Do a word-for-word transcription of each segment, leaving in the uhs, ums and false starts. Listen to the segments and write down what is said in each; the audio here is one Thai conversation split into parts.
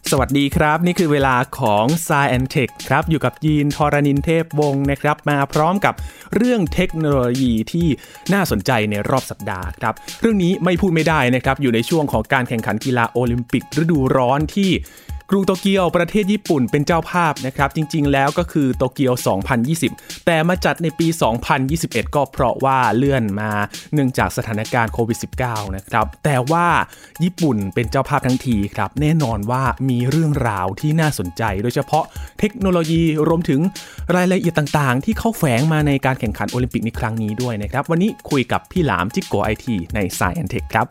สวัสดีครับนี่คือเวลาของ Science แอนด์ Tech ครับอยู่กับยีนทรณินเทพวงศ์นะครับมาพร้อมกับเรื่องเทคโนโลยีที่น่าสนใจในรอบสัปดาห์ครับเรื่องนี้ไม่พูดไม่ได้นะครับอยู่ในช่วงของการแข่งขันกีฬาโอลิมปิกฤดูร้อนที่กรุงโตเกียวประเทศญี่ปุ่นเป็นเจ้าภาพนะครับจริงๆแล้วก็คือโตเกียวสองพันยี่สิบแต่มาจัดในปีสองพันยี่สิบเอ็ดก็เพราะว่าเลื่อนมาเนื่องจากสถานการณ์โควิด สิบเก้า นะครับแต่ว่าญี่ปุ่นเป็นเจ้าภาพทั้งทีครับแน่นอนว่ามีเรื่องราวที่น่าสนใจโดยเฉพาะเทคโนโลยีรวมถึงรายละเอียดต่างๆที่เข้าแฝงมาในการแข่งขันโอลิมปิกในครั้งนี้ด้วยนะครับวันนี้คุยกับพี่หลามจิโก ไอ ที ใน Science แอนด์ Tech ครับ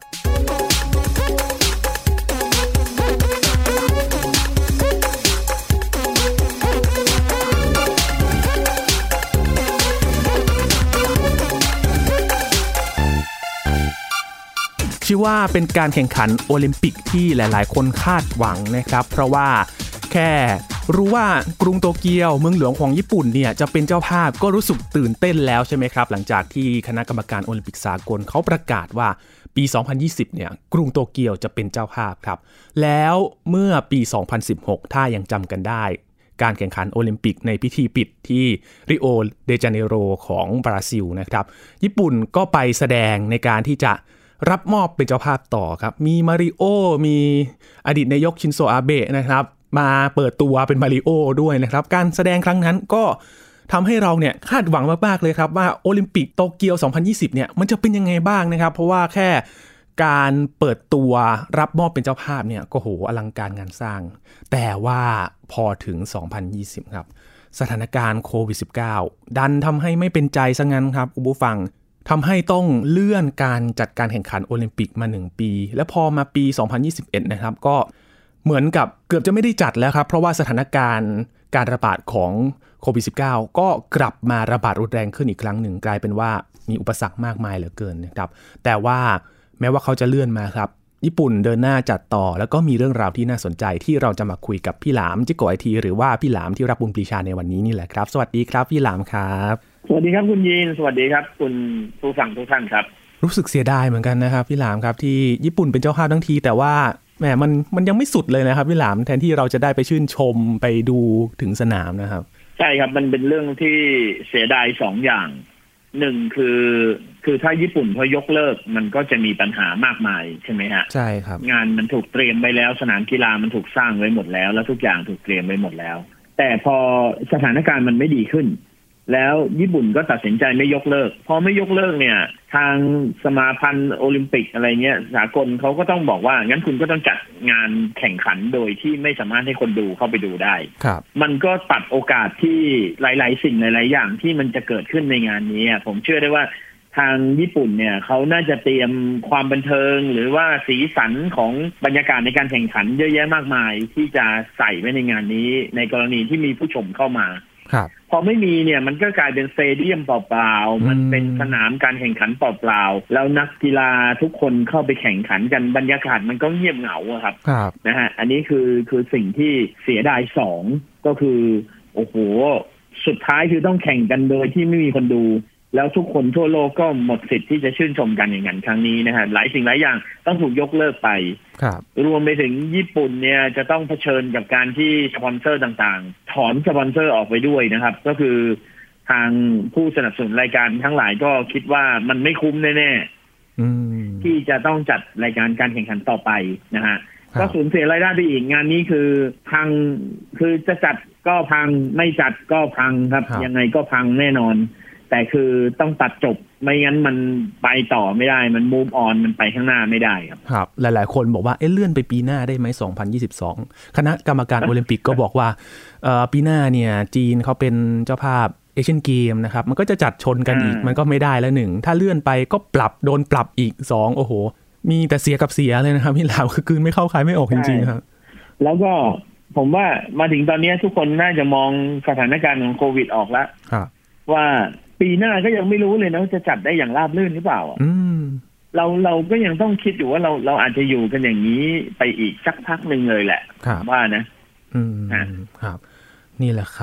ชื่อว่าเป็นการแข่งขันโอลิมปิกที่หลายๆคนคาดหวังนะครับเพราะว่าแค่รู้ว่ากรุงโตเกียวเมืองหลวงของญี่ปุ่นเนี่ยจะเป็นเจ้าภาพก็รู้สึกตื่นเต้นแล้วใช่ไหมครับหลังจากที่คณะกรรมการโอลิมปิกสากลเขาประกาศว่าปีสองพันยี่สิบเนี่ยกรุงโตเกียวจะเป็นเจ้าภาพครับแล้วเมื่อปีสองพันสิบหกถ้ายังจำกันได้การแข่งขันโอลิมปิกในพิธีปิดที่ริโอเดจาเนโรของบราซิลนะครับญี่ปุ่นก็ไปแสดงในการที่จะรับมอบเป็นเจ้าภาพต่อครับมีมาริโอมีอดีตนายกชินโซอาเบะนะครับมาเปิดตัวเป็นมาริโอด้วยนะครับการแสดงครั้งนั้นก็ทำให้เราเนี่ยคาดหวังมากๆเลยครับว่าโอลิมปิกโตเกียวสองพันยี่สิบเนี่ยมันจะเป็นยังไงบ้างนะครับเพราะว่าแค่การเปิดตัวรับมอบเป็นเจ้าภาพเนี่ยก็โหอลังการงานสร้างแต่ว่าพอถึงสองพันยี่สิบครับสถานการณ์โควิด สิบเก้า ดันทำให้ไม่เป็นใจซะงั้นครับคุณผู้ฟังทำให้ต้องเลื่อนการจัดการแข่งขันโอลิมปิกมาหนึ่งปีและพอมาปีสองพันยี่สิบเอ็ดนะครับก็เหมือนกับเกือบจะไม่ได้จัดแล้วครับเพราะว่าสถานการณ์การระบาดของโควิด สิบเก้า ก็กลับมาระบาดรุนแรงขึ้นอีกครั้งหนึ่งกลายเป็นว่ามีอุปสรรคมากมายเหลือเกินนะครับแต่ว่าแม้ว่าเขาจะเลื่อนมาครับญี่ปุ่นเดินหน้าจัดต่อแล้วก็มีเรื่องราวที่น่าสนใจที่เราจะมาคุยกับพี่หลามจิโกะ ไอ ที หรือว่าพี่หลามที่รับบุญปรีชาในวันนี้นี่แหละครับสวัสดีครับพี่หลามครับสวัสดีครับคุณยีนสวัสดีครับคุณผู้ฟังทุกท่านครับรู้สึกเสียดายเหมือนกันนะครับพี่หลามครับที่ญี่ปุ่นเป็นเจ้าภาพทั้งทีแต่ว่าแหมมันมันยังไม่สุดเลยนะครับพี่หลามแทนที่เราจะได้ไปชื่นชมไปดูถึงสนามนะครับใช่ครับมันเป็นเรื่องที่เสียดายสองอย่างหนึ่งคือคือถ้าญี่ปุ่นพอยกเลิกมันก็จะมีปัญหามากมายใช่ไหมฮะใช่ครับงานมันถูกเตรียมไปแล้วสนามกีฬามันถูกสร้างไว้หมดแล้วแล้วทุกอย่างถูกเตรียมไว้หมดแล้วแต่พอสถานการณ์มันไม่ดีขึ้นแล้วญี่ปุ่นก็ตัดสินใจไม่ยกเลิกพอไม่ยกเลิกเนี่ยทางสมาพันธ์โอลิมปิกอะไรเงี้ยสากลเขาก็ต้องบอกว่างั้นคุณก็ต้องจัดงานแข่งขันโดยที่ไม่สามารถให้คนดูเข้าไปดูได้ครับมันก็ตัดโอกาสที่หลายๆสิ่งหลายๆอย่างที่มันจะเกิดขึ้นในงานนี้ผมเชื่อได้ว่าทางญี่ปุ่นเนี่ยเขาน่าจะเตรียมความบันเทิงหรือว่าสีสันของบรรยากาศในการแข่งขันเยอะแยะมากมายที่จะใส่ไว้ในงานนี้ในกรณีที่มีผู้ชมเข้ามาพอไม่มีเนี่ยมันก็กลายเป็นสเตเดียมเปล่าๆมันเป็นสนามการแข่งขันเปล่าๆแล้วนักกีฬาทุกคนเข้าไปแข่งขันกันบรรยากาศมันก็เงียบเหงาครับนะฮะอันนี้คือคือสิ่งที่เสียดายสองก็คือโอ้โหสุดท้ายคือต้องแข่งกันโดยที่ไม่มีคนดูแล้วทุกคนทั่วโลกก็หมดสิทธิ์ที่จะชื่นชมกันอย่างนั้นครั้งนี้นะฮะหลายสิ่งหลายอย่างต้องถูกยกเลิกไปรวมไปถึงญี่ปุ่นเนี่ยจะต้องเผชิญกับการที่สปอนเซอร์ต่างๆถอนสปอนเซอร์ออกไปด้วยนะครับก็คือทางผู้สนับสนุนรายการทั้งหลายก็คิดว่ามันไม่คุ้มแน่ๆที่จะต้องจัดรายการการแข่งขันต่อไปนะฮะก็สูญเสียรายได้ไปอีกงานนี้คือพังคือจะจัดก็พังไม่จัดก็พังครับยังไงก็พังแน่นอนแต่คือต้องตัดจบไม่งั้นมันไปต่อไม่ได้มัน move on มันไปข้างหน้าไม่ได้ครับครับหลายๆคนบอกว่าเอ๊ะเลื่อนไปปีหน้าได้ไหมสองพันยี่สิบสองคณะกรรมการโอลิมปิกก็บอกว่าเอ่อปีหน้าเนี่ยจีนเขาเป็นเจ้าภาพเอเชียนเกมนะครับมันก็จะจัดชนกันอีกมันก็ไม่ได้แล้วหนึ่งถ้าเลื่อนไปก็ปรับโดนปรับอีกสองโอ้โหมีแต่เสียกับเสียเลยนะครับพี่หลามคือกลืนไม่เข้าคายไม่ออกจริงๆครับแล้วก็ผมว่ามาถึงตอนนี้ทุกคนน่าจะมองสถานการณ์ของโควิดออกแล้วว่าปีหน้าก็ยังไม่รู้เลยนะจะจัดได้อย่างราบรื่นหรือเปล่าอืมเราเราก็ยังต้องคิดอยู่ว่าเราเราอาจจะอยู่กันอย่างนี้ไปอีกสักพักหนึ่งเลยแหละว่านะอืมครับนี่แหละครับ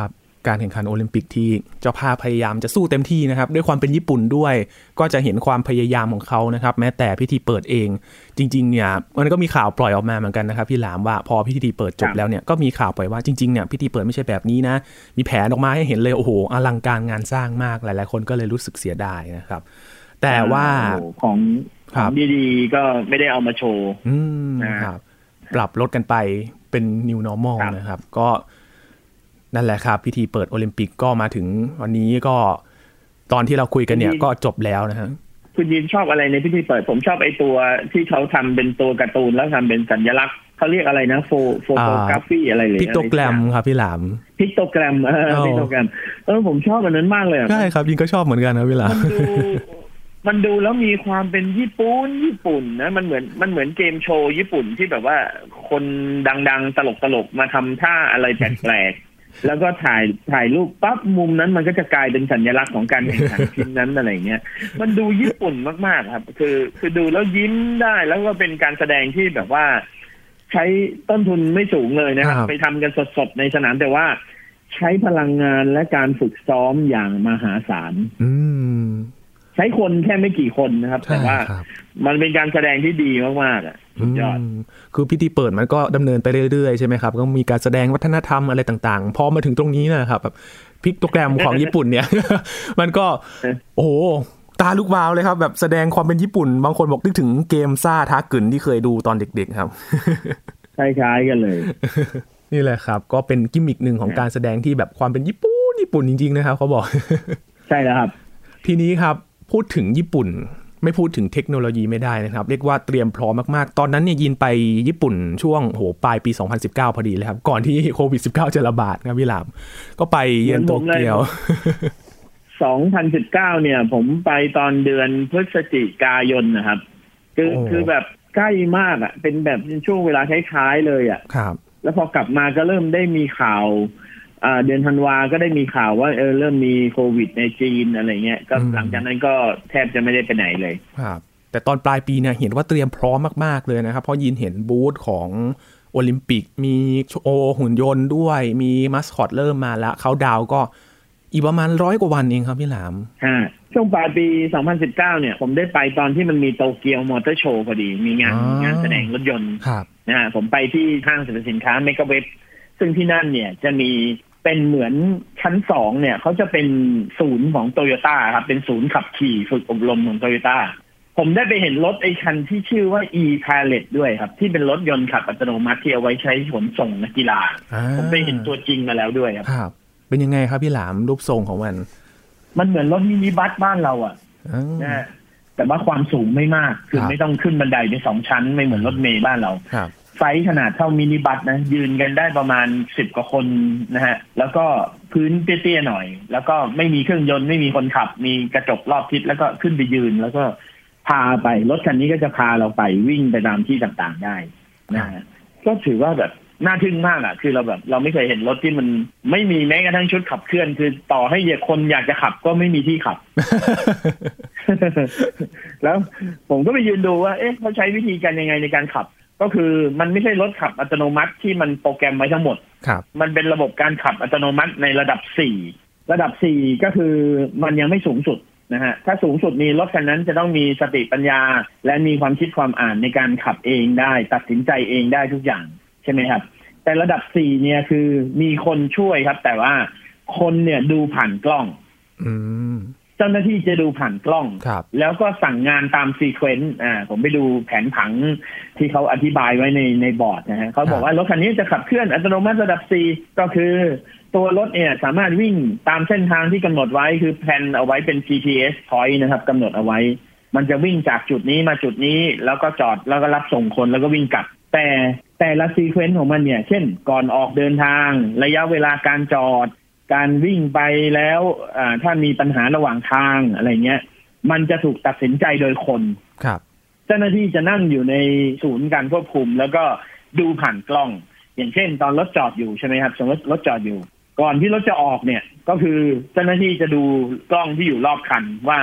การแข่งขันโอลิมปิกที่เจ้าภาพพยายามจะสู้เต็มที่นะครับด้วยความเป็นญี่ปุ่นด้วยก็จะเห็นความพยายามของเขานะครับแม้แต่พิธีเปิดเองจริงๆเนี่ยมันก็มีข่าวปล่อยออกมาเหมือนกันนะครับพี่หลามว่าพอพิธีเปิดจบแล้วเนี่ยก็มีข่าวปล่อยว่าจริงๆเนี่ยพิธีเปิดไม่ใช่แบบนี้นะมีแผนออกมาให้เห็นเลยโอ้โหอลังการงานสร้างมากหลายๆคนก็เลยรู้สึกเสียดายนะครับแต่ว่าของของดีๆก็ไม่ได้เอามาโชว์นะครับปรับลดกันไปเป็น new normal นะครับก็นั่นแหละครับพิธีเปิดโอลิมปิกก็มาถึงวันนี้ก็ตอนที่เราคุยกันเนี่ยก็จบแล้วนะฮะคุณยินชอบอะไรในพิธีเปิดผมชอบไอ้ตัวที่เขาทำเป็นตัวการ์ตูนแล้วทำเป็นสัญลักษณ์เขาเรียกอะไรนะโฟโฟโตกราฟีอะไรเลยพิกโตแกรมครับพี่หลามพิกโตแกรมเออพิกโตแกรมเออผมชอบอันนั้นมากเลยใช่ครับยินก็ชอบเหมือนกันนะพี่หลามมันดูมันดูแล้วมีความเป็นญี่ปุ่นญี่ปุ่นนะมันเหมือนมันเหมือนเกมโชว์ญี่ปุ่นที่แบบว่าคนดังๆตลกๆมาทำท่าอะไรแปลกๆแล้วก็ถ่ายถ่ายรูปปั๊บมุมนั้นมันก็จะกลายเป็นสัญลักษณ์ของการแข่งขันชิ้นนั้นอะไรเงี้ยมันดูญี่ปุ่นมากๆครับคือคือดูแล้วยิ้มได้แล้วก็เป็นการแสดงที่แบบว่าใช้ต้นทุนไม่สูงเลยนะครับไปทำกันสดๆในสนามแต่ว่าใช้พลังงานและการฝึกซ้อมอย่างมหาศาลใช้คนแค่ไม่กี่คนนะครับแต่ว่ามันเป็นการแสดงที่ดีมากๆอ่ะสุดยอดคือพิธีเปิดมันก็ดำเนินไปเรื่อยๆใช่ไหมครับก็มีการแสดงวัฒนธรรมอะไรต่างๆพอมาถึงตรงนี้นะครับแบบพิกโตแกรมของญี่ปุ่นเนี่ย มันก็โอ้โหตาลูกวาวเลยครับแบบแสดงความเป็นญี่ปุ่นบางคนบอกนึกถึงเกมซ่าท้ากึ่นที่เคยดูตอนเด็กๆครับคล้ายๆกันเลยนี่แหละครับก็เป็นกิมมิคนึงของการแสดงที่แบบความเป็นญี่ปุ่นญี่ปุ่นจริงๆนะครับเขาบอกใช่แล้วครับทีนี้ครับพูดถึงญี่ปุ่นไม่พูดถึงเทคโนโลยีไม่ได้นะครับเรียกว่าเตรียมพร้อมมากๆตอนนั้นเนี่ยยินไปญี่ปุ่นช่วงโหปลายปีสองพันสิบเก้าพอดีเลยครับก่อนที่โควิดสิบเก้าจะระบาดครับพี่หลามก็ไปเยือนโตเกียวสองพันสิบเก้าเนี่ยผมไปตอนเดือนพฤศจิกายนนะครับคือคือแบบใกล้มากอ่ะเป็นแบบช่วงเวลาคล้ายๆเลยอ่ะครับแล้วพอกลับมาก็เริ่มได้มีข่าวเดือนธันวาก็ได้มีข่าวว่าเออเริ่มมีโควิดในจีนอะไรเงี้ยก็หลังจากนั้นก็แทบจะไม่ได้ไปไหนเลยครับแต่ตอนปลายปีเนี่ยเห็นว่าเตรียมพร้อมมากๆเลยนะครับเพราะยินเห็นบูธของโอลิมปิกมีโอหุ่นยนต์ด้วยมีมัสคอตเริ่มมาแล้วเขาดาวก็อีกประมาณร้อยกว่าวันเองครับพี่หลามฮะช่วงปลายปีสองพันสิบเก้าเนี่ยผมได้ไปตอนที่มันมีโตเกียวมอเตอร์โชว์พอดีมีงานงานแสดงรถยนต์นะฮะผมไปที่ห้างสรรพสินค้าเมกะเวฟซึ่งที่นั่นเนี่ยจะมีเป็นเหมือนชั้นสองเนี่ยเขาจะเป็นศูนย์ของโตโยต้าครับเป็นศูนย์ขับขี่ฝึกอบรมของโตโยต้าผมได้ไปเห็นรถไอ้คันที่ชื่อว่า e-Pilot ด้วยครับที่เป็นรถยนต์ขับอัตโนมัติที่เอาไว้ใช้ขนส่งนักกีฬาผมไปเห็นตัวจริงมาแล้วด้วยครับเป็นยังไงครับพี่หลามรูปทรงของมันมันเหมือนรถมินิบัสบ้านเราอ่ะนะแต่ว่าความสูงไม่มากคือไม่ต้องขึ้นบันไดในสองชั้นไม่เหมือนรถเมล์บ้านเราไซส์ขนาดเท่ามินิบัสนะยืนกันได้ประมาณสิบกว่าคนนะฮะแล้วก็พื้นเตี้ยๆหน่อยแล้วก็ไม่มีเครื่องยนต์ไม่มีคนขับมีกระจกรอบทิศแล้วก็ขึ้นไปยืนแล้วก็พาไปรถคันนี้ก็จะพาเราไปวิ่งไปตามที่ต่างๆได้นะฮะก็ถือว่าแบบน่าทึ่งมากอ่ะคือเราแบบเราไม่เคยเห็นรถที่มันไม่มีแม้กระทั่งชุดขับเคลื่อนคือต่อให้คนอยากจะขับก็ไม่มีที่ขับ แล้วผมก็ไปยืนดูว่าเอ๊ะเขาใช้วิธีการยังไงในการขับก็คือมันไม่ใช่รถขับอัตโนมัติที่มันโปรแกรมไว้ทั้งหมดมันเป็นระบบการขับอัตโนมัติในระดับสี่ระดับสี่ก็คือมันยังไม่สูงสุดนะฮะถ้าสูงสุดมีรถคันนั้นจะต้องมีสติปัญญาและมีความคิดความอ่านในการขับเองได้ตัดสินใจเองได้ทุกอย่างใช่ไหมครับแต่ระดับสี่เนี่ยคือมีคนช่วยครับแต่ว่าคนเนี่ยดูผ่านกล้องเจ้าหน้าที่จะดูผ่านกล้องแล้วก็สั่งงานตามซีเควนต์อ่าผมไปดูแผนผังที่เขาอธิบายไว้ในในบอร์ดนะฮะเขาบอกว่ารถคันนี้จะขับเคลื่อนอัตโนมัติระดับสี่ก็คือตัวรถเนี่ยสามารถวิ่งตามเส้นทางที่กำหนดไว้คือแพลนเอาไว้เป็น จี พี เอส point นะครับกำหนดเอาไว้มันจะวิ่งจากจุดนี้มาจุดนี้แล้วก็จอดแล้วก็รับส่งคนแล้วก็วิ่งกลับแต่แต่ละซีเควนต์ของมันเนี่ยเช่นก่อนออกเดินทางระยะเวลาการจอดการวิ่งไปแล้วถ้ามีปัญหาระหว่างทางอะไรเงี้ยมันจะถูกตัดสินใจโดยคนครับเจ้าหน้าที่จะนั่งอยู่ในศูนย์การควบคุมแล้วก็ดูผ่านกล้องอย่างเช่นตอนรถจอดอยู่ใช่ไหมครับสมมติรถจอดอยู่ก่อนที่รถจะออกเนี่ยก็คือเจ้าหน้าที่จะดูกล้องที่อยู่รอบคันว่า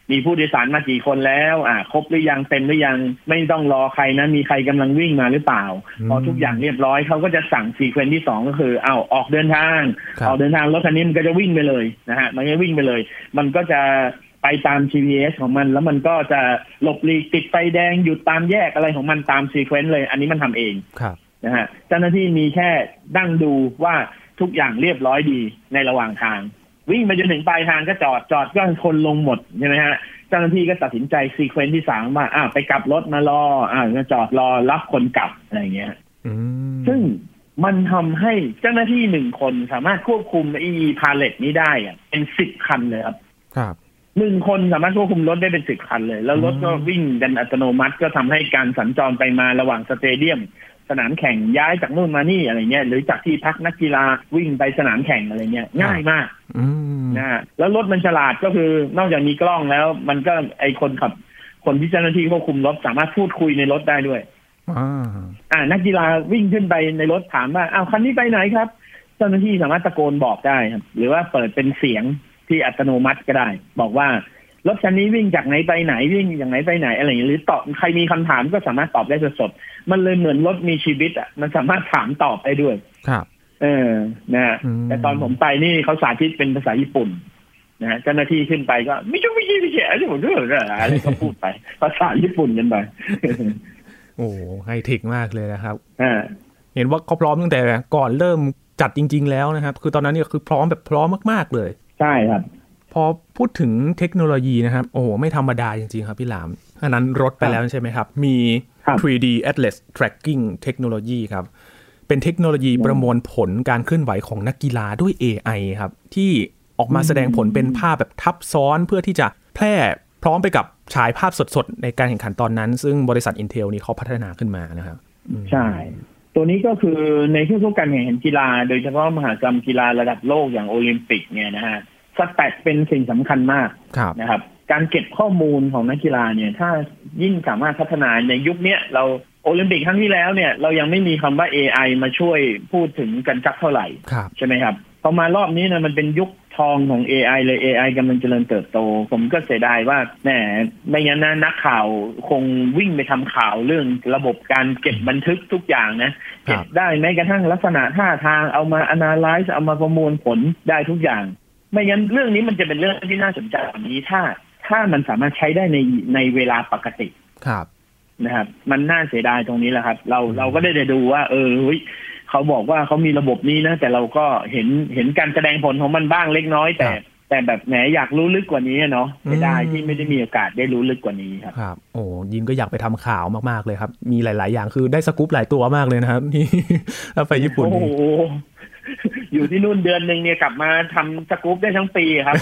มีผู้โดยสารมากี่คนแล้วอ่าครบหรือยังเต็มหรือยังไม่ต้องรอใครนะมีใครกำลังวิ่งมาหรือเปล่าพอทุกอย่างเรียบร้อยเขาก็จะสั่งซีเควนซ์ที่สองก็คือเอาออกเดินทางออกเดินทางรถคันนี้มันก็จะวิ่งไปเลยนะฮะมันก็วิ่งไปเลยมันก็จะไปตาม จี พี เอส ของมันแล้วมันก็จะหลบหลีกติดไฟแดงหยุดตามแยกอะไรของมันตามซีเควนซ์เลยอันนี้มันทำเองนะฮะเจ้าหน้าที่มีแค่ดั้งดูว่าทุกอย่างเรียบร้อยดีในระหว่างทางวิ่งไปจนถึงปลายทางก็จอดจอดก็คนลงหมดใช่ไหมฮะเจ้าหน้าที่ก็ตัดสินใจซีเควนซ์ที่สามว่าอ่าไปกลับรถมารออ่าจอดรอรับคนกลับอะไรเงี้ยซึ่งมันทำให้เจ้าหน้าที่หนึ่งคนสามารถควบคุมไอ้พาเลทนี้ได้อ่ะเป็นสิบคันเลยครับครับหนึ่งคนสามารถควบคุมรถได้เป็นสิบคันเลยแล้วรถก็วิ่งกันอัตโนมัติก็ทำให้การสัญจรไปมาระหว่างสเตเดียมสนามแข่งย้ายจากนู่นมานี่อะไรเงี้ยหรือจากที่พักนักกีฬาวิ่งไปสนามแข่งอะไรเงี้ยง่ายมากนะฮะแล้วรถมันฉลาดก็คือนอกจากมีกล้องแล้วมันก็ไอคนขับคนที่เจ้าหน้าที่ควบคุมรถสามารถพูดคุยในรถได้ด้วยอ่านักกีฬาวิ่งขึ้นไปในรถถามว่าอ้าวคันนี้ไปไหนครับเจ้าหน้าที่สามารถตะโกนบอกได้ครับหรือว่าเปิดเป็นเสียงที่อัตโนมัติก็ได้บอกว่ารถคันนี้วิ่งจากไหนไปไหนวิ่งจากไหนไปไหนอะไรอย่างนี้หรือตอบใครมีคำถามก็สามารถตอบได้สดๆมันเลยเหมือนรถมีชีวิตอ่ะมันสามารถถามตอบได้ด้วยครับเออนะฮะแต่ตอนผมไปนี่เขาสาธิตเป็นภาษาญี่ปุ่นนะฮะเจ้าหน้าที่ขึ้นไปก็ไม่ใช่ไม่ใช่ไม่ใช่อะไรผมด้วยอะไรก็พูดไปภาษาญี่ปุ่นกันไปโอ้ไฮเทคมากเลยนะครับอ่าเห็นว่าเขาพร้อมตั้งแต่ก่อนเริ่มจัดจริงๆแล้วนะครับคือตอนนั้นเนี่ยคือพร้อมแบบพร้อมมากๆเลยใช่ครับพอพูดถึงเทคโนโลยีนะครับโอ้โหไม่ธรรมดาจริงๆครับพี่หลามอันนั้นรถไปแล้วใช่ไหมครับมี ทรี ดี Atlas Tracking Technology ครับเป็นเทคโนโลยีประมวลผลการเคลื่อนไหวของนักกีฬาด้วย เอ ไอ ครับที่ออกมาแสดงผลเป็นภาพแบบทับซ้อนเพื่อที่จะแพร่พร้อมไปกับฉายภาพสดๆในการแข่งขันตอนนั้นซึ่งบริษัท Intel นี่เขาพัฒนาขึ้นมานะครับใช่ตัวนี้ก็คือในทุกๆการแข่งขันกีฬาโดยเฉพาะมหกรรมกีฬาระดับโลกอย่างโอลิมปิกเนี่ยนะฮะสแตทเป็นสิ่งสำคัญมากนะครับการเก็บข้อมูลของนักกีฬาเนี่ยถ้ายิ่งสามารถพัฒนาในยุคนี้เราโอลิมปิกครั้งที่แล้วเนี่ยเรายังไม่มีคำว่า เอ ไอ มาช่วยพูดถึงกันสักเท่าไหร่ใช่ไหมครับพอมารอบนี้นะมันเป็นยุคทองของ เอ ไอ เลย เอ ไอ กำลังเจริญเติบโตผมก็เสียดายว่าแหมไม่งั้นนะนักข่าวคงวิ่งไปทำข่าวเรื่องระบบการเก็บบันทึกทุกอย่างนะเก็บได้แม้กระทั่งลักษณะท่าทางเอามา analyze เอามาประมวลผลได้ทุกอย่างไม่งั้นเรื่องนี้มันจะเป็นเรื่องที่น่าสนใจแบบนี้ถ้าถ้ามันสามารถใช้ได้ในในเวลาปกติครับนะครับมันน่าเสียดายตรงนี้แหละครับเราเราก็ได้ดูว่าเออเขาบอกว่าเขามีระบบนี้นะแต่เราก็เห็นเห็นการแสดงผลของมันบ้างเล็กน้อยแต่แต่แบบแหมอยากรู้ลึกกว่านี้เนาะไม่ได้ที่ไม่ได้มีโอกาสได้รู้ลึกกว่านี้ครับครับโอ้ยินก็อยากไปทำข่าวมากๆเลยครับมีหลายๆอย่างคือได้สกู๊ปหลายตัวมากเลยนะครับที่ถ้าไปญี่ปุ่นโอ้โหอยู่ที่นู่นเดือนนึงเนี่ยกลับมาทำสกู๊ปได้ทั้งปีครับ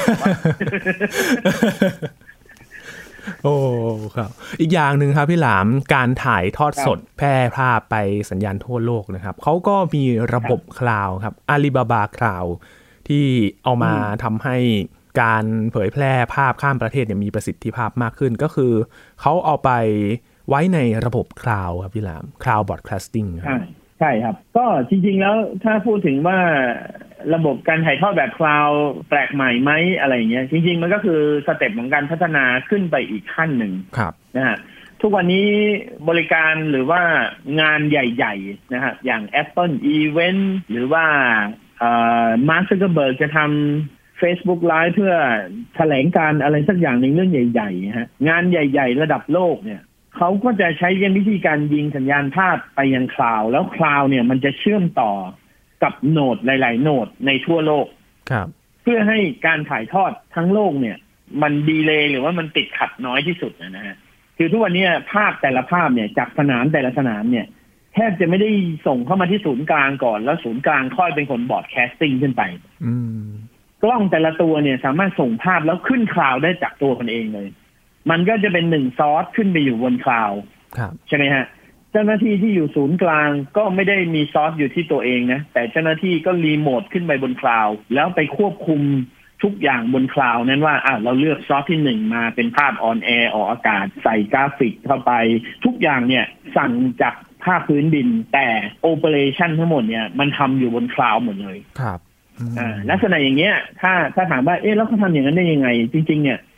โอ้ครับอีกอย่างหนึ่งครับพี่หลามการถ่ายทอดสดแพร่ภาพไปสัญญาณทั่วโลกนะครับเขาก็มีระบบคลาวด์ครับ Alibaba Cloud ที่เอามาทำให้การเผยแพร่ภาพข้ามประเทศเนี่ยมีประสิทธิภาพมากขึ้นก็คือเขาเอาไปไว้ในระบบคลาวด์ครับพี่หลาม Cloud Broadcasting ครับใช่ครับก็จริงๆแล้วถ้าพูดถึงว่าระบบการถ่ายทอดแบบคลาวด์แปลกใหม่ไหมอะไรเงี้ยจริงๆมันก็คือสเต็ปของการพัฒนาขึ้นไปอีกขั้นหนึ่งนะฮะทุกวันนี้บริการหรือว่างานใหญ่ๆนะฮะอย่าง Apple Event หรือว่าเอ่อ Mark Zuckerberg จะทำ Facebook Live เพื่อแถลงการอะไรสักอย่างหนึ่งเรื่องใหญ่ๆฮะงานใหญ่ๆระดับโลกเนี่ยเขาก็จะใช้วิธีการยิงสัญญาณภาพไปยังคลาวด์แล้วคลาวด์เนี่ยมันจะเชื่อมต่อกับโนดหลายๆโนดในทั่วโลกครับเพื่อให้การถ่ายทอดทั้งโลกเนี่ยมันดีเลย์หรือว่ามันติดขัดน้อยที่สุดนะฮะคือทุกวันนี้ภาพแต่ละภาพเนี่ยจากสนามแต่ละสนามเนี่ยแทบจะไม่ได้ส่งเข้ามาที่ศูนย์กลางก่อนแล้วศูนย์กลางค่อยเป็นคนบอร์ดแคสติ้งขึ้นไปกล้องแต่ละตัวเนี่ยสามารถส่งภาพแล้วขึ้นคลาวด์ได้จากตัวมันเองเลยมันก็จะเป็นหนึ่งซอสขึ้นไปอยู่บนคลาวด์ใช่ไหมฮะเจ้าหน้าที่ที่อยู่ศูนย์กลางก็ไม่ได้มีซอสอยู่ที่ตัวเองนะแต่เจ้าหน้าที่ก็รีโมทขึ้นไปบนคลาวด์แล้วไปควบคุมทุกอย่างบนคลาวด์นั้นว่าอ่ะเราเลือกซอสที่หนึ่งมาเป็นภาพออนแอร์ออกอากาศใส่กราฟิกเข้าไปทุกอย่างเนี่ยสั่งจากภาพพื้นดินแต่โอเปอเรชั่นทั้งหมดเนี่ยมันทำอยู่บนคลาวด์หมดเลยครับอ่าลักษณะอย่างเงี้ยถ้าถ้าถามว่าเอ๊ะแล้วเขาทำอย่างนั้นได้ยังไงจริงๆเนี่ย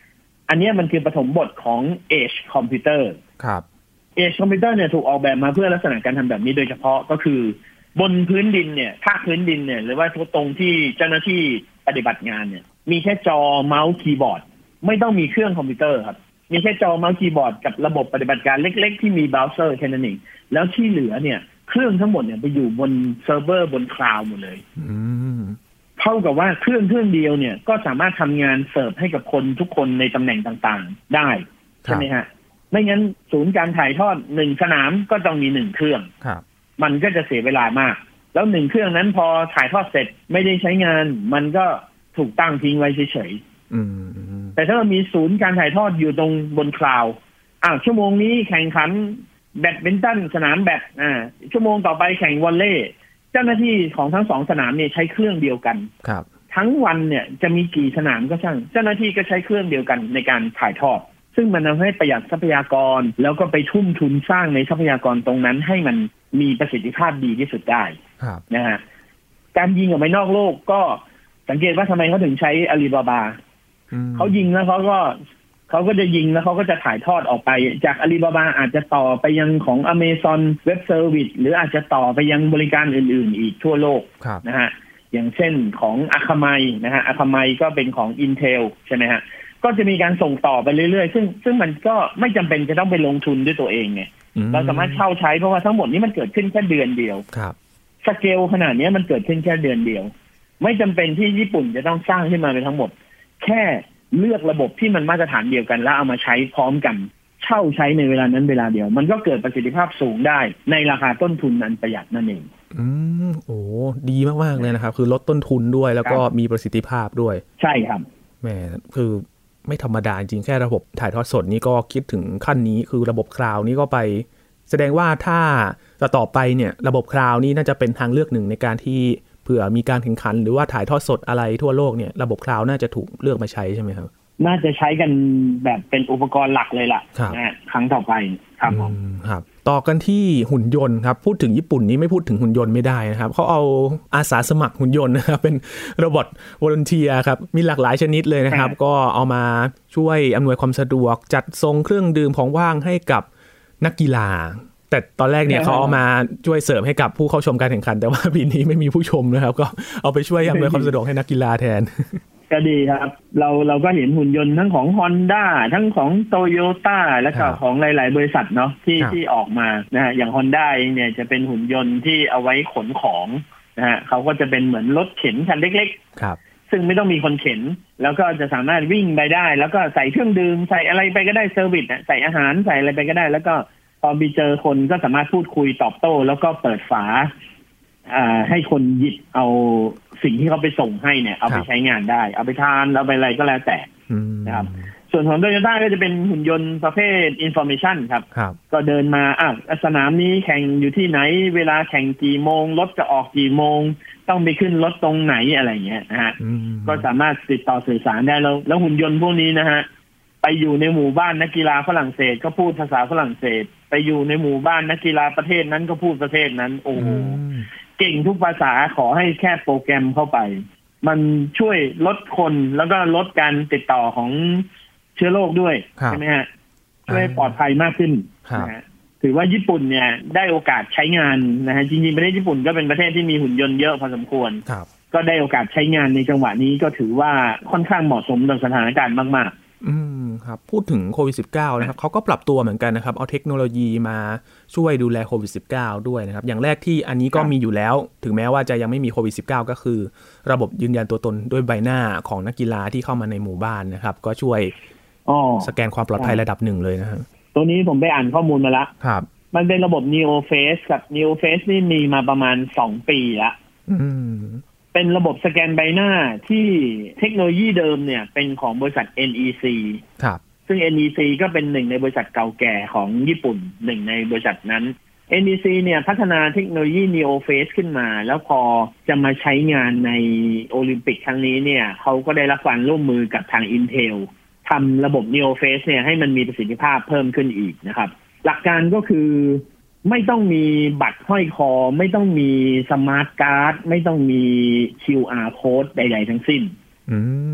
อันนี้มันคือปฐมบทของ Edge Computer ครับ Edge Computer เนี่ยถูกออกแบบมาเพื่อลักษณะการทำแบบนี้โดยเฉพาะก็คือบนพื้นดินเนี่ยภาคพื้นดินเนี่ยหรือว่าตรงที่เจ้าหน้าที่ปฏิบัติงานเนี่ยมีแค่จอเมาส์คีย์บอร์ดไม่ต้องมีเครื่องคอมพิวเตอร์ครับมีแค่จอเมาส์คีย์บอร์ดกับระบบปฏิบัติการเล็กๆที่มีเบราว์เซอร์แค่นั้นเองแล้วที่เหลือเนี่ยเครื่องทั้งหมดเนี่ยไปอยู่บนเซิร์ฟเวอร์บนคลาวด์หมดเลยเท่ากับว่าเครื่องเครื่องเดียวเนี่ยก็สามารถทำงานเสิร์ฟให้กับคนทุกคนในตำแหน่งต่างๆได้ใช่ไหมฮะไม่งั้นศูนย์การถ่ายทอดหนึ่งสนามก็ต้องมีหนึ่งเครื่องมันก็จะเสียเวลามากแล้วหนึ่งเครื่องนั้นพอถ่ายทอดเสร็จไม่ได้ใช้งานมันก็ถูกตั้งทิ้งไว้เฉยๆแต่ถ้าเรามีศูนย์การถ่ายทอดอยู่ตรงบนคลาวด์อ้าวชั่วโมงนี้แข่งขันแบดมินตันสนามแบดอ่าชั่วโมงต่อไปแข่งวอลเลย์เจ้าหน้าที่ของทั้งสองสนามเนี่ยใช้เครื่องเดียวกันครับทั้งวันเนี่ยจะมีกี่สนามก็ช่างเจ้าหน้าที่ก็ใช้เครื่องเดียวกันในการถ่ายทอดซึ่งมันทำให้ประหยัดทรัพยากรแล้วก็ไปทุ่มทุนสร้างในทรัพยากรตรงนั้นให้มันมีประสิทธิภาพดีที่สุดได้นะฮะการยิงออกไปนอกโลกก็สังเกตว่าทำไมเขาถึงใช้อาลีบาบาเขายิงแล้วเขาก็เขาก็จะยิงแล้วเขาก็จะถ่ายทอดออกไปจากอาลีบาบาอาจจะต่อไปยังของ Amazon Web Service หรืออาจจะต่อไปยังบริการอื่นๆอีกทั่วโลกนะฮะอย่างเช่นของอาคาไมนะฮะอาคาไมก็เป็นของ Intel ใช่ไหมฮะก็จะมีการส่งต่อไปเรื่อยๆซึ่งซึ่งมันก็ไม่จำเป็นจะต้องไปลงทุนด้วยตัวเองไงเราสามารถเช่าใช้เพราะว่าทั้งหมดนี้มันเกิดขึ้นแค่เดือนเดียวสเกลขนาดนี้มันเกิดขึ้นแค่เดือนเดียวไม่จำเป็นที่ญี่ปุ่นจะต้องสร้างขึ้นมาเป็นทั้งหมดแค่เลือกระบบที่มันมาตรฐานเดียวกันแล้วเอามาใช้พร้อมกันเช่าใช้ในเวลานั้นเวลาเดียวมันก็เกิดประสิทธิภาพสูงได้ในราคาต้นทุนอันประหยัดนั่นเองอืมโอ้ดีมากๆเลยนะครับคือลดต้นทุนด้วยแล้วก็มีประสิทธิภาพด้วยใช่ครับแหมคือไม่ธรรมดาจริงแค่ระบบถ่ายทอดสดนี้ก็คิดถึงขั้นนี้คือระบบคลาวด์นี้ก็ไปแสดงว่าถ้าต่อไปเนี่ยระบบคลาวด์นี้น่าจะเป็นทางเลือกหนึ่งในการที่เผื่อมีการแข่งขันหรือว่าถ่ายทอดสดอะไรทั่วโลกเนี่ยระบบคลาวด์น่าจะถูกเลือกมาใช้ใช่ไหมครับน่าจะใช้กันแบบเป็นอุปกรณ์หลักเลยล่ะนะครั้งต่อไปครับผมครับต่อกันที่หุ่นยนต์ครับพูดถึงญี่ปุ่นนี้ไม่พูดถึงหุ่นยนต์ไม่ได้นะครับเขาเอาอาสาสมัครหุ่นยนต์นะครับเป็นโรบอทวอลันเทียร์ครับมีหลากหลายชนิดเลยนะครับก็เอามาช่วยอำนวยความสะดวกจัดส่งเครื่องดื่มของว่างให้กับนักกีฬาแต่ตอนแรกเนี่ยเขาเอามาช่วยเสริมให้กับผู้เข้าชมการแข่งขันแต่ว่าปีนี้ไม่มีผู้ชมนะครับก็เอาไปช่วยอำนวยความสะดวกให้นักกีฬาแทนก็ดีครับเราเราก็เห็นหุ่นยนต์ทั้งของ Honda ทั้งของ Toyota และก็ของหลายๆบริษัทเนาะที่ที่ออกมานะฮะอย่าง Honda เองเนี่ยจะเป็นหุ่นยนต์ที่เอาไว้ขนของนะฮะเขาก็จะเป็นเหมือนรถเข็นคันเล็กๆครับซึ่งไม่ต้องมีคนเข็นแล้วก็จะสามารถวิ่งไปได้แล้วก็ใส่เครื่องดื่มใส่อะไรไปก็ได้เซอร์วิสใส่อาหารใส่อะไรไปก็ได้แล้วก็พอไปเจอคนก็สามารถพูดคุยตอบโต้แล้วก็เปิดฝาให้คนหยิบเอาสิ่งที่เขาไปส่งให้เนี่ยเอาไปใช้งานได้เอาไปทานเอาไปอะไรก็แล้วแต่นะครับส่วนของ Toyota ก็จะเป็นหุ่นยนต์ประเภท Information ครับก็เดินมาอ่ะสนามนี้แข่งอยู่ที่ไหนเวลาแข่งกี่โมงรถจะออกกี่โมงต้องไปขึ้นรถตรงไหนอะไรเงี้ยนะฮะก็สามารถติดต่อสื่อสารได้แล้วแล้วหุ่นยนต์พวกนี้นะฮะไปอยู่ในหมู่บ้านนักกีฬาฝรั่งเศสก็พูดภาษาฝรั่งเศสไปอยู่ในหมู่บ้านนักกีฬาประเทศนั้นก็พูดประเทศนั้นโอ้โหเก่งทุกภาษาขอให้แค่โปรแกรมเข้าไปมันช่วยลดคนแล้วก็ลดการติดต่อของเชื้อโรคด้วยใช่ไหมฮะช่วยปลอดภัยมากขึ้นนะฮะถือว่าญี่ปุ่นเนี่ยได้โอกาสใช้งานนะฮะจริงๆประเทศญี่ปุ่นก็เป็นประเทศที่มีหุ่นยนต์เยอะพอสมควรก็ได้โอกาสใช้งานในจังหวะนี้ก็ถือว่าค่อนข้างเหมาะสมต่อสถานการณ์มากๆอืมครับพูดถึงโควิด สิบเก้า นะครับเขาก็ปรับตัวเหมือนกันนะครับเอาเทคโนโลยีมาช่วยดูแลโควิด สิบเก้า ด้วยนะครับอย่างแรกที่อันนี้ก็มีอยู่แล้วถึงแม้ว่าจะยังไม่มีโควิด สิบเก้า ก็คือระบบยืนยันตัวตนด้วยใบหน้าของนักกีฬาที่เข้ามาในหมู่บ้านนะครับก็ช่วยสแกนความปลอดภัยระดับหนึ่งเลยนะครับตัวนี้ผมไปอ่านข้อมูลมาแล้วครับมันเป็นระบบ Neo Face กับ Neo Face นี่มีมาประมาณสองปีละอืมเป็นระบบสแกนใบหน้าที่เทคโนโลยีเดิมเนี่ยเป็นของบริษัท เอ็น อี ซีครับซึ่ง เอ็น อี ซี ก็เป็นหนึ่งในบริษัทเก่าแก่ของญี่ปุ่นหนึ่งในบริษัทนั้น เอ็น อี ซี เนี่ยพัฒนาเทคโนโลยี Neo Face ขึ้นมาแล้วพอจะมาใช้งานในโอลิมปิกครั้งนี้เนี่ยเขาก็ได้รับการร่วมมือกับทาง Intel ทำระบบ Neo Face เนี่ยให้มันมีประสิทธิภาพเพิ่มขึ้นอีกนะครับหลักการก็คือไม่ต้องมีบัตรห้อยคอไม่ต้องมีสมาร์ทการ์ดไม่ต้องมี คิว อาร์ โค้ดใดๆทั้งสิ้น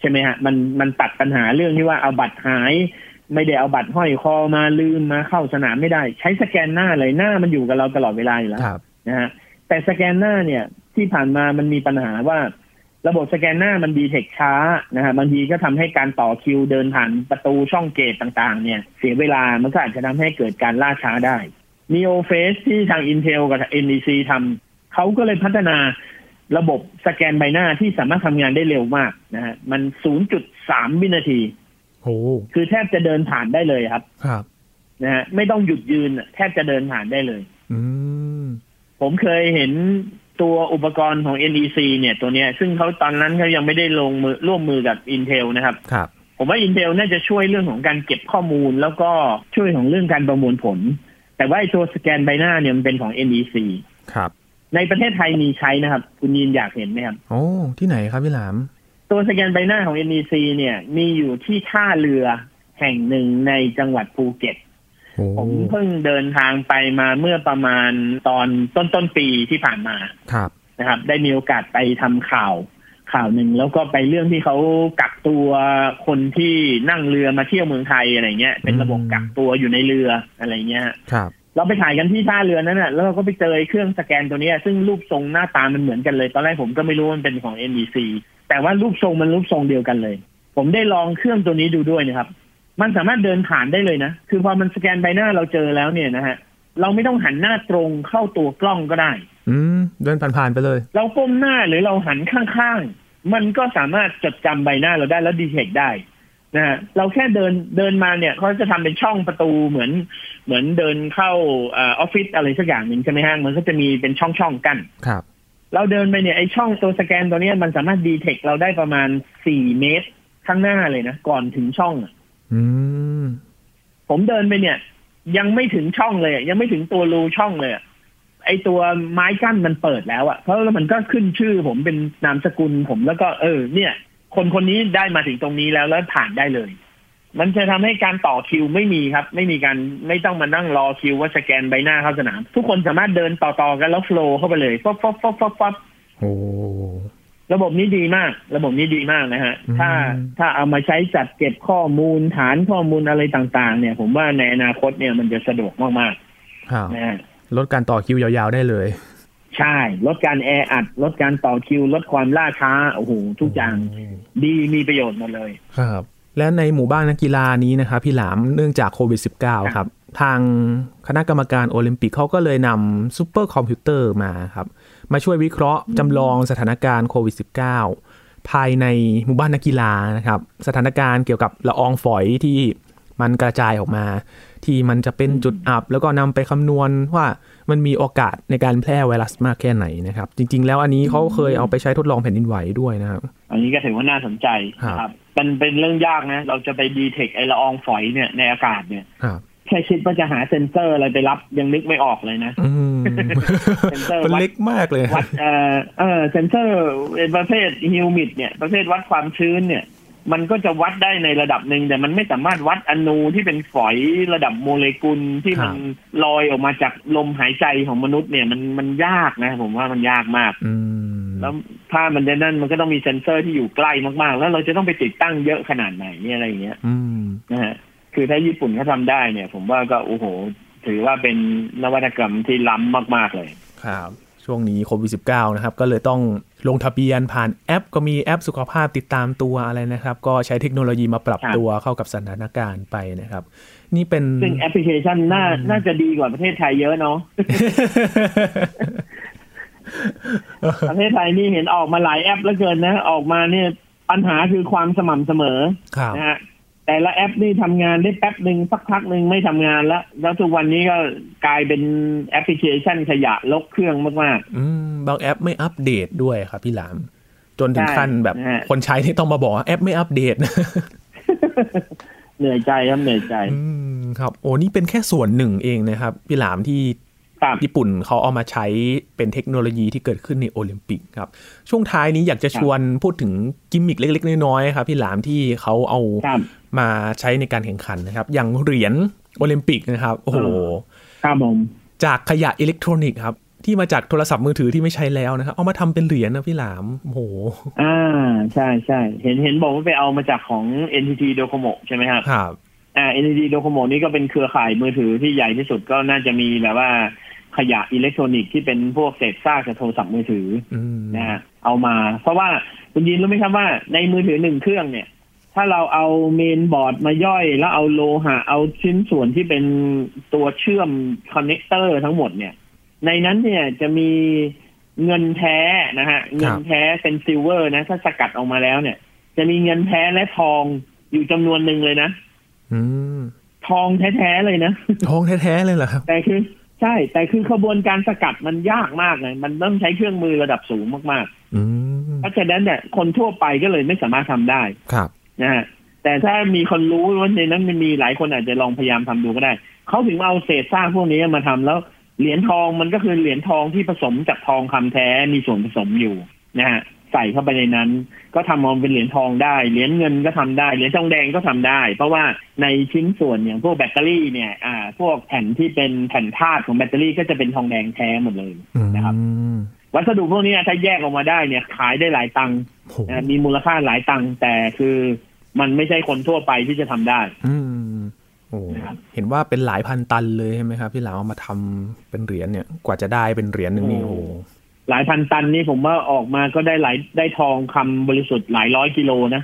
ใช่ไหมฮะมันมันตัดปัญหาเรื่องที่ว่าเอาบัตรหายไม่ได้เอาบัตรห้อยคอมาลืมมาเข้าสนามไม่ได้ใช้สแกนหน้าเลยหน้ามันอยู่กับเราตลอดเวลาอยู่แล้วนะฮะแต่สแกนหน้าเนี่ยที่ผ่านมามันมีปัญหาว่าระบบสแกนหน้ามันดีเทคช้านะฮะบางทีก็ทำให้การต่อคิวเดินผ่านประตูช่องเกตต่างๆเนี่ยเสียเวลามันก็อาจจะทำให้เกิดการล่าช้าได้ NeoFace ที่ทาง Intel กับ เอ็น อี ซี ทำเขาก็เลยพัฒนาระบบสแกนใบหน้าที่สามารถทำงานได้เร็วมากนะฮะมัน ศูนย์จุดสาม วินาทีโอ้คือแทบจะเดินผ่านได้เลยครับครับนะฮะไม่ต้องหยุดยืนแทบจะเดินผ่านได้เลยอืมผมเคยเห็นตัวอุปกรณ์ของ เอ็น อี ซี เนี่ยตัวเนี้ยซึ่งเขาตอนนั้นเขายังไม่ได้ลงมือร่วมมือกับ Intel นะครับครับผมว่า Intel น่าจะช่วยเรื่องของการเก็บข้อมูลแล้วก็ช่วยของเรื่องการประมวลผลแต่ว่าไอ้ตัวสแกนใบหน้าเนี่ยมันเป็นของ เอ็น อี ซีครับในประเทศไทยมีใช้นะครับคุณยินอยากเห็นไหมครับโอ้ที่ไหนครับพี่หลามตัวสแกนใบหน้าของ เอ็น อี ซี เนี่ยมีอยู่ที่ท่าเรือแห่งหนึ่งในจังหวัดภูเก็ตผมเพิ่งเดินทางไปมาเมื่อประมาณตอนต้นต้นปีที่ผ่านมาครับนะครับได้มีโอกาสไปทำข่าวข่าวหนึ่งแล้วก็ไปเรื่องที่เขากักตัวคนที่นั่งเรือมาเที่ยวเมืองไทยอะไรเงี้ยเป็นระบบกักตัวอยู่ในเรืออะไรเงี้ยครับเราไปถ่ายกันที่ท่าเรือนั้นน่ะแล้วเราก็ไปเจอเครื่องสแกนตัวนี้ซึ่งรูปทรงหน้าตามันเหมือนกันเลยตอนแรกผมก็ไม่รู้มันเป็นของ เอ็น อี ซี แต่ว่ารูปทรงมันรูปทรงเดียวกันเลยผมได้ลองเครื่องตัวนี้ดูด้วยนะครับมันสามารถเดินผ่านได้เลยนะคือพอมันสแกนใบหน้าเราเจอแล้วเนี่ยนะฮะเราไม่ต้องหันหน้าตรงเข้าตัวกล้องก็ได้อืมเดินผ่านๆไปเลยเราก้มหน้าหรือเราหันข้างๆมันก็สามารถจดจำใบหน้าเราได้แล้วดีเทคได้นะฮะเราแค่เดินเดินมาเนี่ยเขาจะทำเป็นช่องประตูเหมือนเหมือนเดินเข้าออฟฟิศอะไรสักอย่างหนึ่งใช่ไหมฮะมันก็จะมีเป็นช่องๆกั้นครับเราเดินไปเนี่ยไอช่องตัวสแกนตัวนี้มันสามารถดีเทคเราได้ประมาณสี่เมตรข้างหน้าเลยนะก่อนถึงช่องอืมผมเดินไปเนี่ยยังไม่ถึงช่องเลยยังไม่ถึงตัวรูช่องเลยไอตัวไม้กั้นมันเปิดแล้วอ่ะเพราะแล้วมันก็ขึ้นชื่อผมเป็นนามสกุลผมแล้วก็เออเนี่ยคนคนนี้ได้มาถึงตรงนี้แล้วแล้วผ่านได้เลยมันจะทำให้การต่อคิวไม่มีครับไม่มีการไม่ต้องมานั่งรอคิวว่าสแกนใบหน้าเข้าสนามทุกคนสามารถเดินต่อๆกันแล้วโฟลว์เข้าไปเลยป๊อปป๊อปป๊อปป๊อปป๊อปโอ้ระบบนี้ดีมากระบบนี้ดีมากนะฮะถ้าถ้าเอามาใช้จัดเก็บข้อมูลฐานข้อมูลอะไรต่างๆเนี่ยผมว่าในอนาคตเนี่ยมันจะสะดวกมากๆนะฮะลดการต่อคิวยาวๆได้เลยใช่ลดการแออัดลดการต่อคิวลดความล่าช้าโอ้โหทุกอย่างดีมีประโยชน์หมดเลยครับและในหมู่บ้านนักกีฬานี้นะครับพี่หลามเนื่องจากโควิด สิบเก้า ครับทางคณะกรรมการโอลิมปิกเขาก็เลยนำซูเปอร์คอมพิวเตอร์มาครับมาช่วยวิเคราะห์จำลองสถานการณ์โควิด สิบเก้า ภายในหมู่บ้านนักกีฬานะครับสถานการณ์เกี่ยวกับละอองฝอยที่มันกระจายออกมาที่มันจะเป็นจุดอับแล้วก็นำไปคำนวณว่ามันมีโอกาสในการแพร่ไวรัสมากแค่ไหนนะครับจริงๆแล้วอันนี้เขาเคยเอาไปใช้ทดลองแผ่นดินไหวด้วยนะครับอันนี้ก็ถือว่าน่าสนใจครับมันเป็นเรื่องยากนะเราจะไปดีเทคไอละอองฝอยเนี่ยในอากาศเนี่ยแค่คิดว่าจะหาเซ็นเซอร์อะไรไปรับยังนึกไม่ออกเลยนะเซ็นเซอร์มันเล็กมากเลยวัดเอ่อเออเซ็นเซอร์ประเภทฮิวมิดเนี่ยประเภทวัดความชื้นเนี่ยมันก็จะวัดได้ในระดับหนึ่งแต่มันไม่สามารถวัดอนูที่เป็นฝอยระดับโมเลกุลที่มันลอยออกมาจากลมหายใจของมนุษย์เนี่ยมันมันยากนะผมว่ามันยากมากแล้วถ้ามันจะนั่นมันก็ต้องมีเซ็นเซอร์ที่อยู่ใกล้มากๆแล้วเราจะต้องไปติดตั้งเยอะขนาดไหนเนี่ยอะไรอย่างเงี้ยนะฮะคือถ้าญี่ปุ่นเขาทำได้เนี่ยผมว่าก็โอ้โหถือว่าเป็นนวัตกรรมที่ล้ำมากๆเลยครับช่วงนี้โควิด สิบเก้า นะครับก็เลยต้องลงทะเบียนผ่านแอปก็มีแอปสุขภาพติดตามตัวอะไรนะครับก็ใช้เทคโนโลยีมาปรับตัวเข้ากับสถานการณ์ไปนะครับนี่เป็นซึ่งแอปพลิเคชันน่าน่าจะดีกว่าประเทศไทยเยอะเนาะ ประเทศไทยนี่เห็นออกมาหลายแอปแล้วเกินนะออกมาเนี่ยปัญหาคือความสม่ำเสมอนะฮะแต่ละแอปนี่ทำงานได้แป๊บหนึ่งสักพักหนึ่งไม่ทำงานแล้วแล้วทุกวันนี้ก็กลายเป็นแอปพลิเคชันขยะลกเครื่องมากๆอืมบางแอปไม่อัปเดตด้วยครับพี่หลามจนถึงขั้นแบบคนใช้ที่ต้องมาบอกว่าแอปไม่อัปเดตเหนื่อยใจครับเหนื่อยใจอืมครับโอ้นี่เป็นแค่ส่วนหนึ่งเองนะครับพี่หลามที่ญี่ปุ่นเขาเอามาใช้เป็นเทคโนโลยีที่เกิดขึ้นในโอลิมปิกครับช่วงท้ายนี้อยากจะชวนพูดถึงกิมมิคเล็กๆน้อยๆครับพี่หลามที่เขาเอามาใช้ในการแข่งขันนะครับอย่างเหรียญโอลิมปิกนะครับโอ้โหครับผมจากขยะอิเล็กทรอนิกส์ครับที่มาจากโทรศัพท์มือถือที่ไม่ใช้แล้วนะครับเอามาทำเป็นเหรียญนะพี่หลามโอ้โหอ่าใช่ใช่เห็นเห็นบอกว่าไปเอามาจากของ เอ็น ที ที Docomo ใช่ไหมครับครับอ่า เอ็น ที ที Docomo นี่ก็เป็นเครือข่ายมือถือที่ใหญ่ที่สุดก็น่าจะมีแบบว่าขยะอิเล็กทรอนิกส์ที่เป็นพวกเศษซากจากโทรศัพท์มือถือนะฮะเอามาเพราะว่าคุณยินรู้ไหมครับว่าในมือถือหนึ่งเครื่องเนี่ยถ้าเราเอาเมนบอร์ดมาย่อยแล้วเอาโลหะเอาชิ้นส่วนที่เป็นตัวเชื่อมคอนเนคเตอร์ทั้งหมดเนี่ยในนั้นเนี่ยจะมีเงินแท้นะฮะเงินแท้เป็นซิลเวอร์นะถ้าสกัดออกมาแล้วเนี่ยจะมีเงินแท้และทองอยู่จำนวนหนึ่งเลยนะทองแท้ๆเลยนะทองแท้ๆเลยเหรอครับแต่คือใช่แต่คือขบวนการสกัดมันยากมากเลยมันต้องใช้เครื่องมือระดับสูงมากๆเพราะฉะนั้นเนี่ยคนทั่วไปก็เลยไม่สามารถทำได้ครับนะฮะแต่ถ้ามีคนรู้ว่าในนั้นมันมีหลายคนอาจจะลองพยายามทำดูก็ได้เขาถึงเอาเศษซากพวกนี้มาทำแล้วเหรียญทองมันก็คือเหรียญทองที่ผสมจากทองคำแท้มีส่วนผสมอยู่นะฮะใส่เข้าไปในนั้นก็ทำออกเป็นเหรียญทองได้เหรียญเงินก็ทำได้เหรียญทองแดงก็ทำได้เพราะว่าในชิ้นส่วนอย่างพวกแบตเตอรี่เนี่ยอ่าพวกแผ่นที่เป็นแผ่นธาตุของแบตเตอรี่ก็จะเป็นทองแดงแท้หมดเลยนะครับวัสดุพวกนี้ถ้าแยกออกมาได้เนี่ยขายได้หลายตังค์มีมูลค่าหลายตังค์แต่คือมันไม่ใช่คนทั่วไปที่จะทำได้อืมโอ้เห็นว่าเป็นหลายพันตันเลยใช่ไหมครับพี่หลามเอามาทำเป็นเหรียญเนี่ยกว่าจะได้เป็นเหรียญหนึ่งนี่โอ้หลายพันตันนี่ผมว่าออกมาก็ได้หลายได้ทองคำบริสุทธิ์หลายร้อยกิโลนะ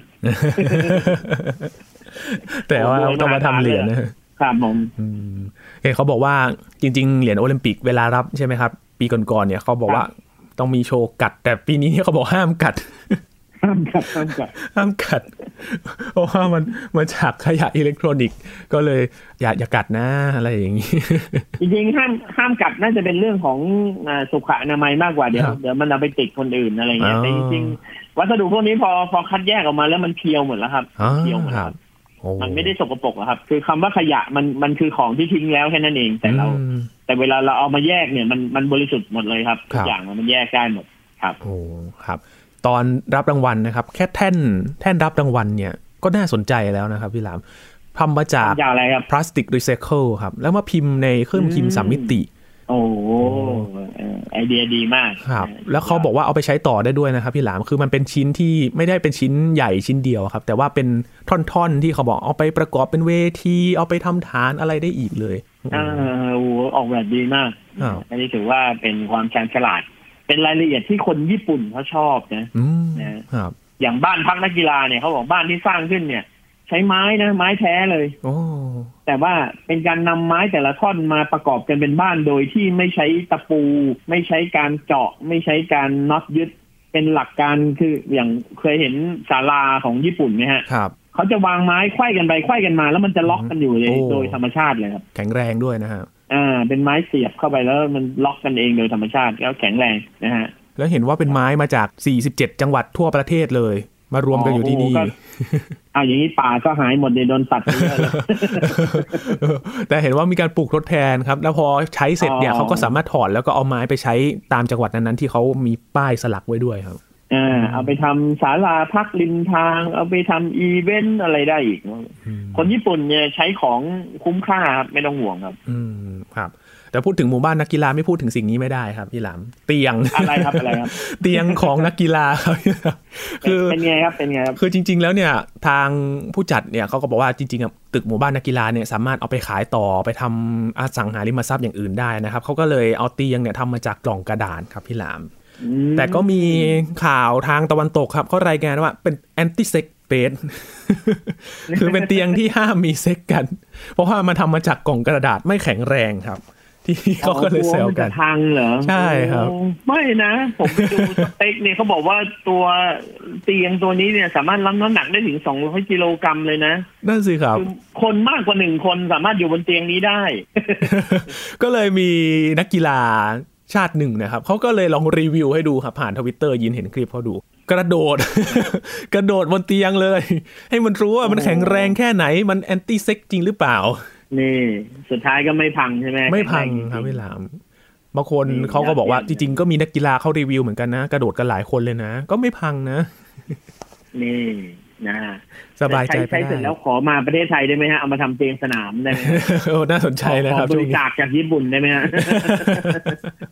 แต่ว่าต้องมาทำเหรียญนะครับผมเห็นเขาบอกว่าจริงๆเหรียญโอลิมปิกเวลารับใช่ไหมครับปีก่อนๆเนี่ยเขาบอกว่าต้องมีโชว์กัดแต่ปีนี้เขาบอกห้ามกัดห้ามกัดห้ามกัดห้ามกัดเพราะว่ามันมาจากขยะอิเล็กทรอนิกส์ก็เลยอย่าอย่ากัดนะอะไรอย่างนี้จริงๆห้ามห้ามกัดน่าจะเป็นเรื่องของสุขอนามัยมากกว่าเดี๋ยวเดี๋ยวมันเอาไปติดคนอื่นอะไรอย่างเงี้ยแต่จริงๆวัสดุพวกนี้พอพอคัดแยกออกมาแล้วมันเพียวหมดแล้วครับเพียวหมดครับมันไม่ได้สกปรกหรอกครับคือคำว่าขยะมันมันคือของที่ทิ้งแล้วแค่นั้นเองแต่เราแต่เวลาเราเอามาแยกเนี่ยมันมันบริสุทธิ์หมดเลยครับทุกอย่างมันแยกได้หมดครับโอ้ครับตอนรับรางวัลนะครับแค่แท่นแท่นรับรางวัลเนี่ยก็น่าสนใจแล้วนะครับพี่หลามทำมาจากพลาสติกรีไซเคิลครับแล้วมาพิมพ์ในเครื่องพิมพ์สามมิติโอ้ไอเดียดีมากครับแล้วเขาบอกว่าเอาไปใช้ต่อได้ด้วยนะครับพี่หลามคือมันเป็นชิ้นที่ไม่ได้เป็นชิ้นใหญ่ชิ้นเดียวครับแต่ว่าเป็นท่อนๆที่เขาบอกเอาไปประกอบเป็นเวทีเอาไปทำฐานอะไรได้อีกเลยอ่าโอ้ออกแบบดีมากอันนี้ถือว่าเป็นความชาญฉลาดเป็นรายละเอียดที่คนญี่ปุ่นเขาชอบนะนะครับอย่างบ้านพักนักกีฬาเนี่ยเขาบอกบ้านที่สร้างขึ้นเนี่ยใช้ไม้นะไม้แท้เลยโอ้แต่ว่าเป็นการนำไม้แต่ละท่อนมาประกอบกันเป็นบ้านโดยที่ไม่ใช้ตะปูไม่ใช้การเจาะไม่ใช้การน็อตยึดเป็นหลักการคืออย่างเคยเห็นศาลาของญี่ปุ่นไหมฮะครับเขาจะวางไม้ไขว้กันไปไขว้กันมาแล้วมันจะล็อกกันอยู่เลยโดยธรรมชาติเลยครับแข็งแรงด้วยนะฮะอ่าเป็นไม้เสียบเข้าไปแล้วมันล็อกกันเองโดยธรรมชาติแล้วแข็งแรงนะฮะแล้วเห็นว่าเป็นไม้มาจากสี่สิบเจ็ดจังหวัดทั่วประเทศเลยมารวมกันอยู่ที่นี่อ่าอย่างนี้ป่าก็หายหมดเลยโดนตัดไปเยอะเลยแต่เห็นว่ามีการปลูกทดแทนครับแล้วพอใช้เสร็จเนี่ยเขาก็สามารถถอดแล้วก็เอาไม้ไปใช้ตามจังหวัดนั้นๆที่เขามีป้ายสลักไว้ด้วยครับอ่าเอาไปทำศาลาพักริมทางเอาไปทำอีเวนต์อะไรได้อีกคนญี่ปุ่นเนี่ยใช้ของคุ้มค่าครับไม่ต้องห่วงครับอืมครับแต่พูดถึงหมู่บ้านนักกีฬาไม่พูดถึงสิ่งนี้ไม่ได้ครับพี่หลามเตียงอะไรครับอะไรครับเตียงของนักกีฬาครับคือเป็นไงครับเป็นไงครับคือจริงๆแล้วเนี่ยทางผู้จัดเนี่ยเขาก็บอกว่าจริงๆตึกหมู่บ้านนักกีฬาเนี่ยสามารถเอาไปขายต่อไปทำอสังหาริมทรัพย์อย่างอื่นได้นะครับเขาก็เลยเอาเตียงเนี่ยทำมาจากกล่องกระดาษครับพี่หลามแต่ก็มีข่าวทางตะวันตกครับเขารายงานว่าเป็นแอนตี้เซ็กเบดคือเป็นเตียงที่ห้ามมีเซ็กกันเพราะว่ามันทำมาจากกล่องกระดาษไม่แข็งแรงครับที่เขาก็เลยแซวกันทางเหรอใช่ครับไม่นะผมไปดูสเปคเนี่ยเขาบอกว่าตัวเตียงตัวนี้เนี่ยสามารถรับน้ำหนักได้ถึงสองร้อยกิโลกรัมเลยนะนั่นสิครับคนมากกว่าหนึ่งคนสามารถอยู่บนเตียงนี้ได้ก็เลยมีนักกีฬาชาติหนึ่งนะครับเขาก็เลยลองรีวิวให้ดูครับผ่าน Twitter ยินเห็นคลิปเขาดูกระโดด กระโดดบนเตียงเลยให้มันรู้ว่ามันแข็งแรงแค่ไหนมันแอนตี้เซ็กจริงหรือเปล่านี่สุดท้ายก็ไม่พังใช่ไหมไม่พังครับพี่หลามบางคนเขาก็บอกว่าจริงๆก็มีนักกีฬาเขารีวิวเหมือนกันนะกระโดดกันหลายคนเลยนะก็ไม่พังนะนี่นะสบายใจไปได้ใช้เสร็จแล้วขอมาประเทศไทยได้ไหมฮะเอามาทำเตียงสนามได้ไหมโอ้น่าสนใจนะครับบริจาคจากญี่ปุ่นได้ไหมฮะ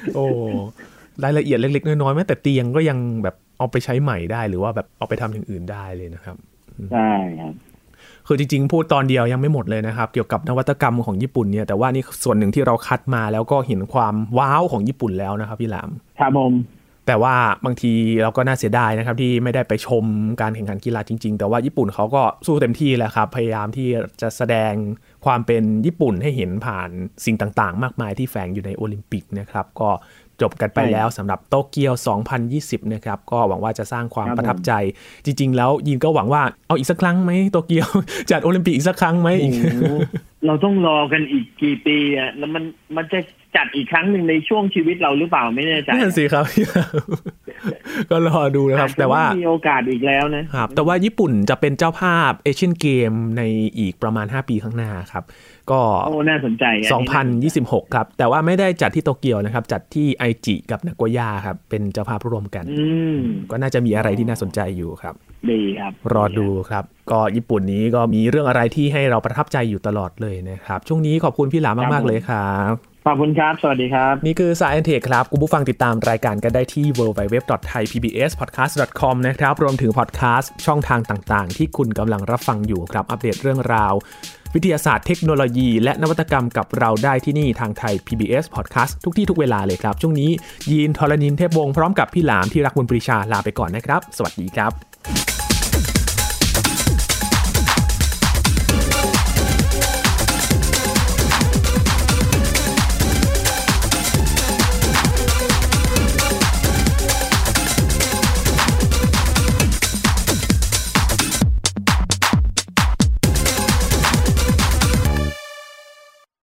โอ้รายละเอียดเล็กๆน้อยๆแม้แต่เตียงก็ยังแบบเอาไปใช้ใหม่ได้หรือว่าแบบเอาไปทำอย่างอื่นได้เลยนะครับใช่ครับคือจริงๆพูดตอนเดียวยังไม่หมดเลยนะครับเกี่ยวกับนวัตกรรมของญี่ปุ่นเนี่ยแต่ว่านี่ส่วนหนึ่งที่เราคัดมาแล้วก็เห็นความว้าวของญี่ปุ่นแล้วนะครับพี่หลามครับผมแต่ว่าบางทีเราก็น่าเสียดายนะครับที่ไม่ได้ไปชมการแข่งขันกีฬาจริงๆแต่ว่าญี่ปุ่นเขาก็สู้เต็มที่แหละครับพยายามที่จะแสดงความเป็นญี่ปุ่นให้เห็นผ่านสิ่งต่างๆมากมายที่แฝงอยู่ในโอลิมปิกนะครับก็จบกันไปแล้วสำหรับโตเกียวสองพันยี่สิบนะครับก็หวังว่าจะสร้างความประทับใจจริงๆแล้วยินก็หวังว่าเอาอีกสักครั้งไหมโตเกียวจัดโอลิมปิกอีกสักครั้งไหมเราต้องรอกันอีกกี่ปีอ่ะแล้วมันมันจะจัดอีกครั้งหนึ่งในช่วงชีวิตเราหรือเปล่าไม่แน่ใจนั่นสิครับก็รอดูนะครับแต่ว่ามีโอกาสอีกแล้วนะครับแต่ว่าญี่ปุ่นจะเป็นเจ้าภาพเอเชียนเกมในอีกประมาณห้าปีข้างหน้าครับก็โอ้น่าสนใจสองพันยี่สิบหกครับแต่ว่าไม่ได้จัดที่โตเกียวนะครับจัดที่ไอจิกับนาโกย่าครับเป็นเจ้าภาพร่วมกันก็น่าจะมีอะไรที่น่าสนใจอยู่ครับดีครับรอดูครับก็ญี่ปุ่นนี้ก็มีเรื่องอะไรที่ให้เราประทับใจอยู่ตลอดเลยนะครับช่วงนี้ขอบคุณพี่หลามมากๆเลยครับขอบคุณครับสวัสดีครับนี่คือ Science Tech ครับคุณผู้ฟังติดตามรายการกันได้ที่ ดับเบิลยู ดับเบิลยู ดับเบิลยู ดอท ไทย พี บี เอส พอดแคสต์ ดอท คอม นะครับรวมถึงพอดแคสต์ช่องทางต่างๆที่คุณกำลังรับฟังอยู่ครับอัปเดตเรื่องราววิทยาศาสตร์เทคโนโลยีและนวัตกรรมกับเราได้ที่นี่ทางไทย พี บี เอส Podcast ทุกที่ทุกเวลาเลยครับช่วงนี้ยีนทรณินเทพวงศ์พร้อมกับพี่หลามที่รักบุญปรีชาลาไปก่อนนะครับสวัสดีครับ